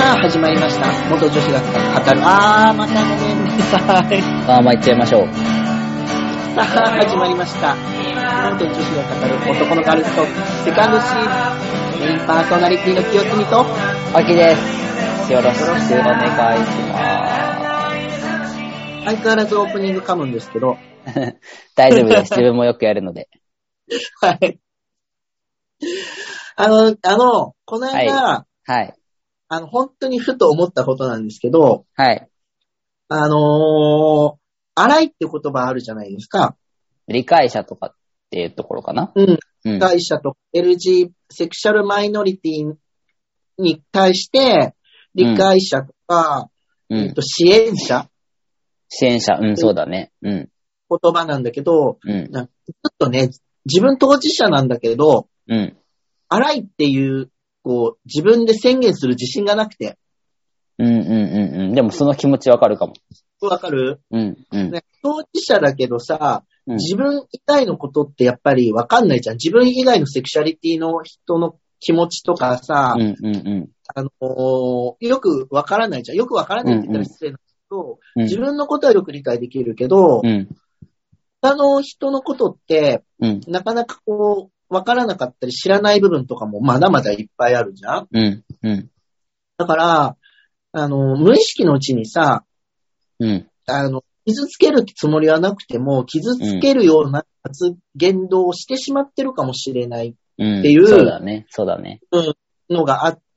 始まりました。元女子が語る。またごめんなさい。 行っちゃいましょう。 始まりました。元女子が語る男のガールズトークセカンドシーズン。メインパーソナリティの清澄と、 あきです。よろしくお願いします。 相変わらずオープニング噛むんですけど。 大丈夫です。自分もよくやるので。 はい。この間、 はい。 本当にふと思ったことなんですけど、 はい。 荒いって言葉あるじゃないですか。 理解者とかっていうところかな。 理解者と LG、セクシャルマイノリティに対して、理解者とか、支援者、 そうだね。 言葉なんだけど、ちょっとね、自分当事者なんだけど、荒いっていう、自分で宣言する自信がなくて。 でもその気持ちわかるかも。 わかる？ ね、 当事者だけどさ、自分以外のことってやっぱりわかんないじゃん。自分以外のセクシャリティの人の気持ちとかさ、よくわからないじゃん。よくわからないって言ったら失礼なんだけど、自分のことはよく理解できるけど、他の人のことって、なかなかわからなかったり知らない部分とかもまだまだいっぱいあるじゃん。だから、無意識のうちにさ、傷つけるつもりはなくても、傷つけるような発言動をしてしまってるかもしれないっていう、 そうだね。 のがあって、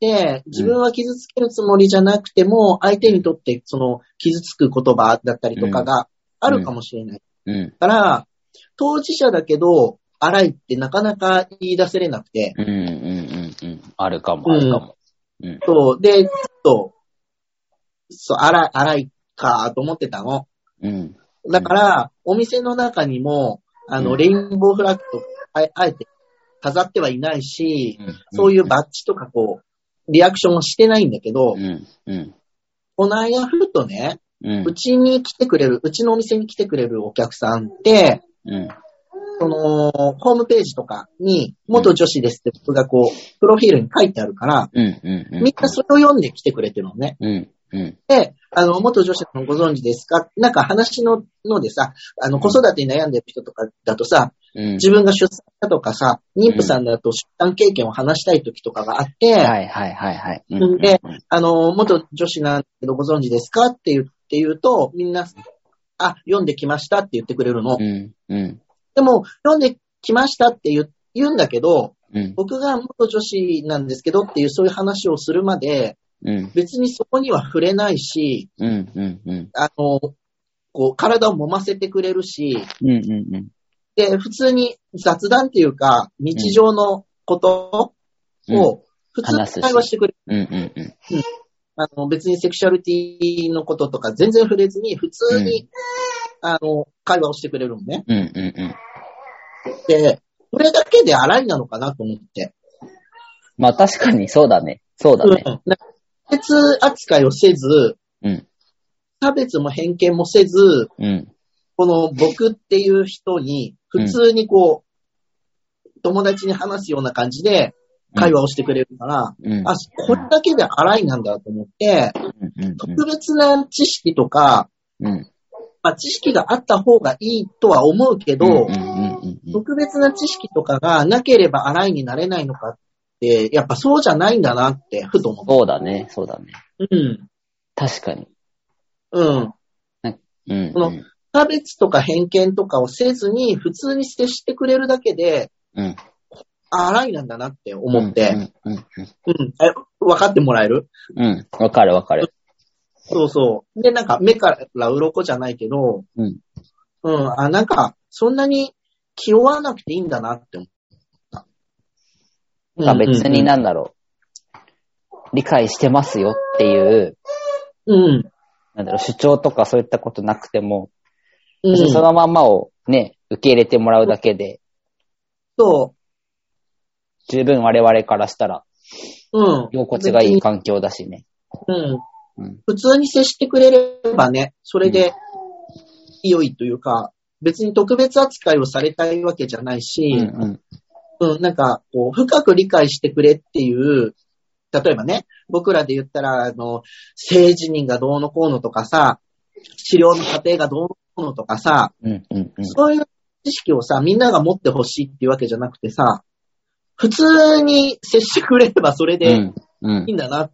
自分は傷つけるつもりじゃなくても、相手にとってその傷つく言葉だったりとかがあるかもしれない。だから、当事者だけど、荒いってなかなか言い出せれなくて。 あるかも。 そう、で、ちょっと、荒いかと思ってたの。だから、お店の中にも、レインボーフラッグとあえて飾ってはいないし、そういうバッジとかリアクションをしてないんだけど、この間ふとね、うちのお店に来てくれるお客さんって、ホームページとかに、元女子ですって僕がプロフィールに書いてあるから、みんなそれを読んで来てくれてるのね。で、元女子のご存知ですか？なんか話のでさ、子育てに悩んでる人とかだとさ、自分が出産だとかさ、妊婦さんだと出産経験を話したい時とかがあって、で、元女子なんだけどご存知ですかって言うと、みんな、読んできましたって言ってくれるの。でも、読んできましたって言うんだけど、僕が元女子なんですけどっていうそういう話をするまで、別にそこには触れないし、体を揉ませてくれるし、で、普通に雑談っていうか、日常のことを普通に会話してくれる。別にセクシャリティのこととか全然触れずに、普通に、会話をしてくれるのね。で、それだけで荒いなのかなと思って。 まあ確かにそうだね。 差別扱いをせず、差別も偏見もせず、この僕っていう人に普通に友達に話すような感じで会話をしてくれるから、これだけで荒いなんだと思って、特別な知識とか、知識があった方がいいとは思うけど、特別な知識とかがなければ荒いになれないのかって、やっぱそうじゃないんだなってふと思った。 そうだね。確かに。 この差別とか偏見とかをせずに普通に接してくれるだけで、荒いなんだなって思って、分かってもらえる？ わかる。 そうそう。で、なんか目から鱗じゃないけど、なんかそんなに気負わなくていいんだなって思った。 別に理解してますよっていう、主張とかそういったことなくても、そのままをね、受け入れてもらうだけで、十分我々からしたら、居心地がいい環境だしね。 普通に接してくれればね、それで良いというか、別に特別扱いをされたいわけじゃないし、なんか深く理解してくれっていう例えばね、僕らで言ったら、政治人がどうのこうのとかさ、治療の過程がどうのこうのとかさ、そういう知識をさ、みんなが持ってほしいっていうわけじゃなくてさ、普通に接してくれればそれでいいんだなって、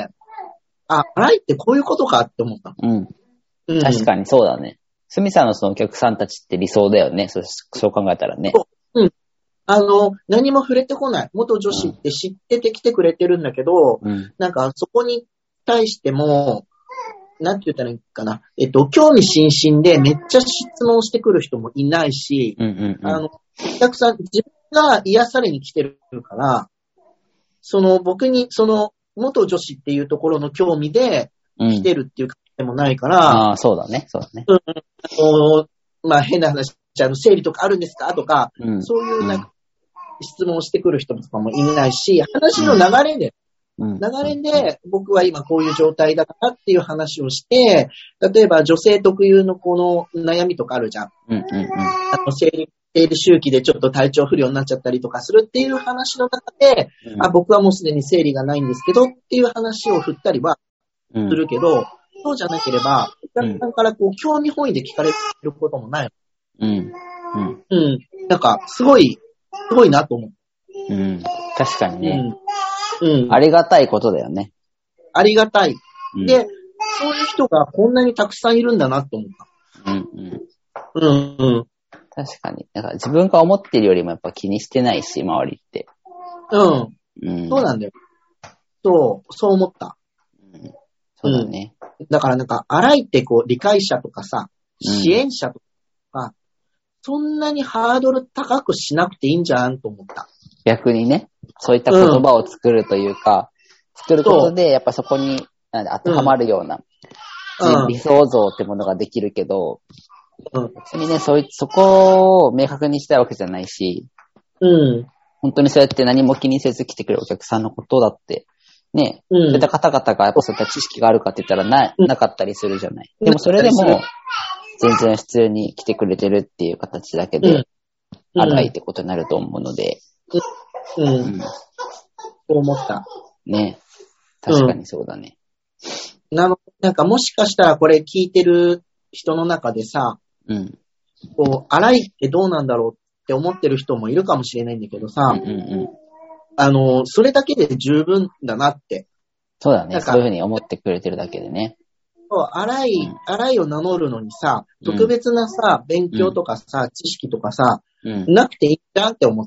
洗いってこういうことかって思った。 確かにそうだね。すみさんのそのお客さんたちって理想だよね。そう考えたらね。 何も触れてこない。元女子って知ってて来てくれてるんだけど、なんかそこに対しても、なんて言ったらいいかな。興味津々でめっちゃ質問してくる人もいないし、お客さん、自分が癒されに来てるから、僕に、元女子っていうところの興味で来てるっていう感じでもないから、 そうだね。 まあ変な話、生理とかあるんですかとか、そういうなんか質問してくる人とかもいないし、話の流れで、僕は今こういう状態だからっていう話をして、例えば女性特有のこの悩みとかあるじゃん。生理周期でちょっと体調不良になっちゃったりとかするっていう話の中で、僕はもうすでに生理がないんですけどっていう話を振ったりはするけど、そうじゃなければ、お客さんからこう興味本位で聞かれることもない。なんか、すごいなと思う。 確かにね。ありがたいことだよね。 ありがたい。で、そういう人がこんなにたくさんいるんだなって思った。 確かに。なんか自分が思ってるよりもやっぱ気にしてないし、周りって。 そうなんだよ。そう思った。 そうだね。 だからなんか、洗いってこう、理解者とかさ、支援者とか、そんなにハードル高くしなくていいんじゃんと思った。 逆にね、そういった言葉を作るというか、作ることで、やっぱそこに当てはまるような、理想像ってものができるけど、別にね、そこを明確にしたいわけじゃないし、本当にそうやって何も気にせず来てくれるお客さんのことだって、ね、そういった方々がやっぱそういった知識があるかって言ったらなかったりするじゃない。でもそれでも、全然普通に来てくれてるっていう形だけで、洗いってことになると思うので。 そう思った。 ね。確かにそうだね。 なんかもしかしたらこれ聞いてる人の中でさ、こう、洗いってどうなんだろうって思ってる人もいるかもしれないんだけどさ、それだけで十分だなって。 そうだね。そういうふうに思ってくれてるだけでね。 洗いを名乗るのにさ、特別なさ、勉強とかさ、知識とかさ、なくていいんだって思った。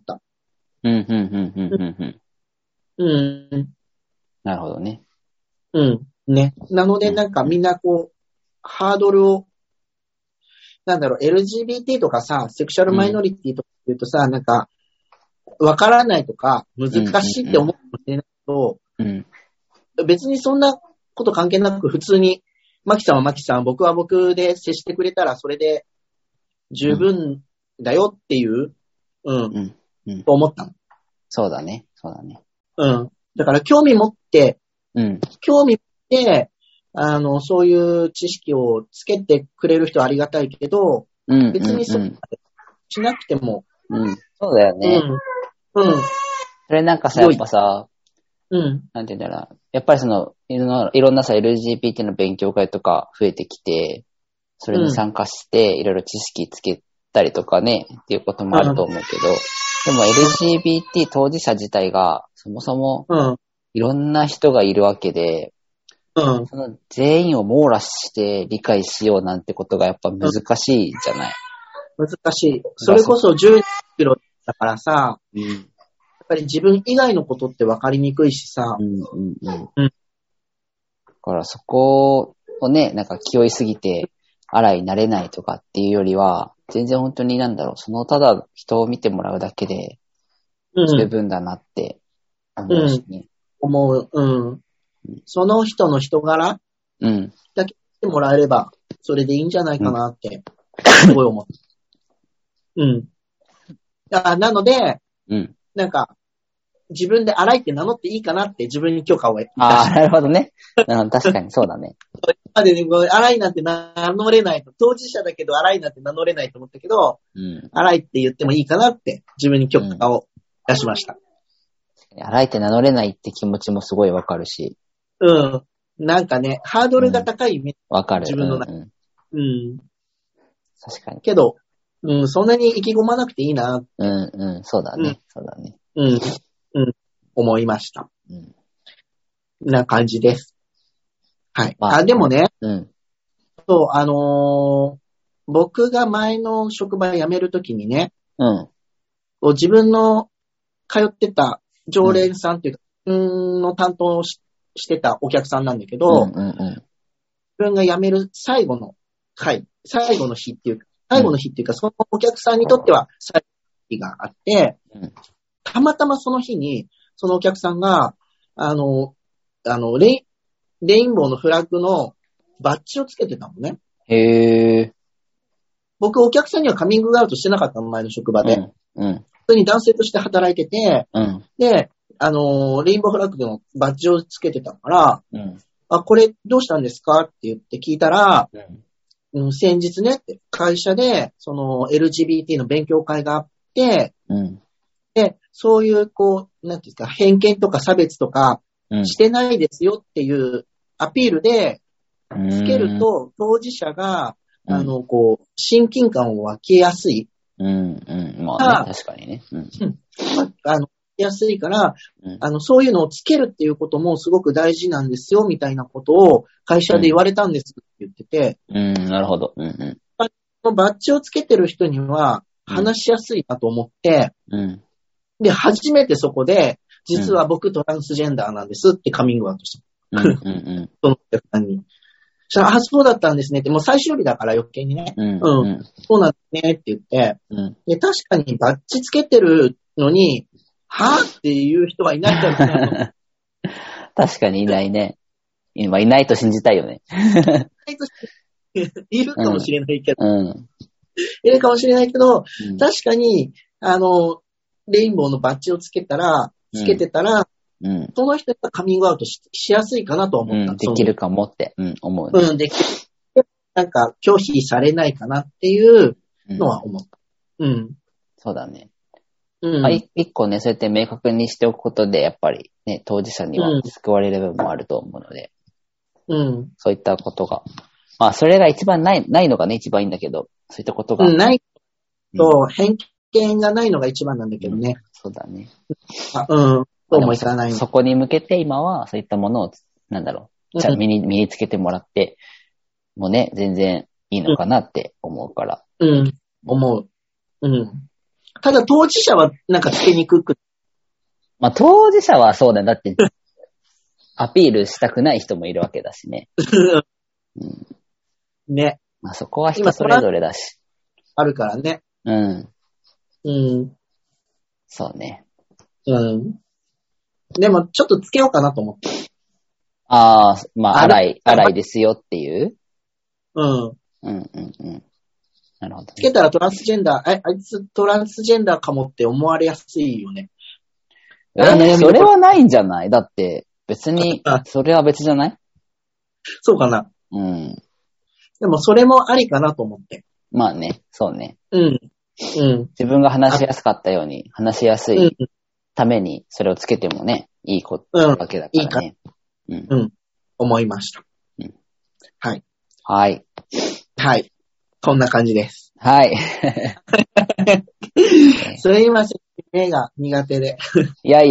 なるほどね。 ね。なのでなんかみんなこう、ハードルを、LGBT とかさ、セクシャルマイノリティとか言うとさ、なんか、わからないとか、難しいって思うかもしれないけど、別にそんなこと関係なく普通に、マキさんはマキさん、僕は僕で接してくれたらそれで十分だよっていう、と思ったの。 そうだね。 だから興味持って、そういう知識をつけてくれる人はありがたいけど、別にそうしなくても。 そうだよね。それなんかさ、やっぱさ、なんて言うんだろう。やっぱりいろんなさ、LGBT の勉強会とか増えてきて、それに参加して、いろいろ知識つけたりとかね、っていうこともあると思うけど、でも LGBT 当事者自体が、そもそも、いろんな人がいるわけで、その全員を網羅して理解しようなんてことがやっぱ難しいじゃない。 難しい。それこそ10キロだからさ、やっぱり自分以外のことって分かりにくいしさ。 だからそこをね、なんか気負いすぎて、洗いになれないとかっていうよりは、全然本当にただ人を見てもらうだけで、十分だなって思うしね。 思う。その人の人柄だけ見てもらえれば、それでいいんじゃないかなって、すごい思う。なので、なんか、自分で洗いって名乗っていいかなって自分に許可を得た。 なるほどね。確かにそうだね。 今までね、洗いなんて名乗れないと、当事者だけど洗いなんて名乗れないと思ったけど、洗いって言ってもいいかなって自分に許可を出しました。 洗いって名乗れないって気持ちもすごいわかるし。 うん。なんかね、ハードルが高い、 わかる。 自分の中。うん。 確かに。 けど、そんなに意気込まなくていいな。 そうだね。そうだね。 思いました。な感じです。はい。でもね、そう、僕が前の職場辞めるときにね、自分の通ってた常連さんっていうか、の担当してたお客さんなんだけど、自分が辞める最後の日っていうか、そのお客さんにとっては最後の日があって、たまたまその日に、そのお客さんが、レインボーのフラッグのバッジをつけてたのね。 へー。 僕、お客さんにはカミングアウトしてなかったの、前の職場で。普通に男性として働いてて、で、レインボーフラッグのバッジをつけてたから、これどうしたんですかって言って聞いたら、先日ね、会社で、その LGBT の勉強会があって、で、そういう、なんていうんですか、偏見とか差別とかしてないですよっていうアピールで、つけると、当事者が、親近感を湧きやすい。 まあね、確かにね。 湧きやすいから、そういうのをつけるっていうこともすごく大事なんですよ、みたいなことを会社で言われたんですって言ってて。 なるほど。 バッジをつけてる人には話しやすいなと思って、で、初めてそこで、実は僕トランスジェンダーなんですってカミングアウトした。そのお客さんに。そうだったんですねって、もう最終日だから余計にね。そうなんですねって言って、で、確かにバッジつけてるのに、はぁっていう人はいないだろうなと。 確かにいないね。今いないと信じたいよね。 いるかもしれないけど。いるかもしれないけど、確かに、レインボーのバッジをつけてたら、その人がカミングアウト しやすいかなと思った。 できるかもって、思う、 ね。できる。なんか拒否されないかなっていうのは思った。 そうだね。一個ね、そうやって明確にしておくことで、やっぱりね、当事者には救われる部分もあると思うので、そういったことが、まあ、それが一番ないのがね、一番いいんだけど、そういったことが。 ないと、偏見がないのが一番なんだけどね。 そうだね。 そうもいかない。 そこに向けて今は、そういったものを、身につけてもらって、もうね、全然いいのかなって思うから。 思う。ただ当事者はなんかつけにくく。 まあ当事者はそうだ。だって、アピールしたくない人もいるわけだしね。 ね。 まあそこは人それぞれだし。 あるからね。 そうね。 でもちょっとつけようかなと思って。 まあ荒いですよっていう。なるほど、ね。 つけたらトランスジェンダー、あいつトランスジェンダーかもって思われやすいよね。 それはないんじゃない？だって、別に、それは別じゃない？ そうかな。でもそれもありかなと思って。 まあね、そうね。自分が話しやすかったように、話しやすいために、それをつけてもね、いいことわけだからね。 思いました。はい。 はい。 こんな感じです。 はい。 すいません。目が苦手で。 いや。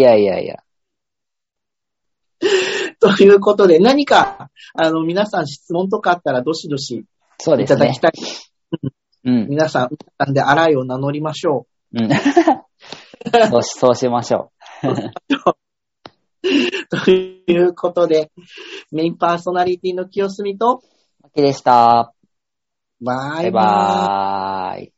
ということで、何か、皆さん質問とかあったら、どしどし、いただきたい。皆さんで荒井を名乗りましょう。 そうしましょう。ということで、メインパーソナリティの清澄と、 まきでした。 バイバイ。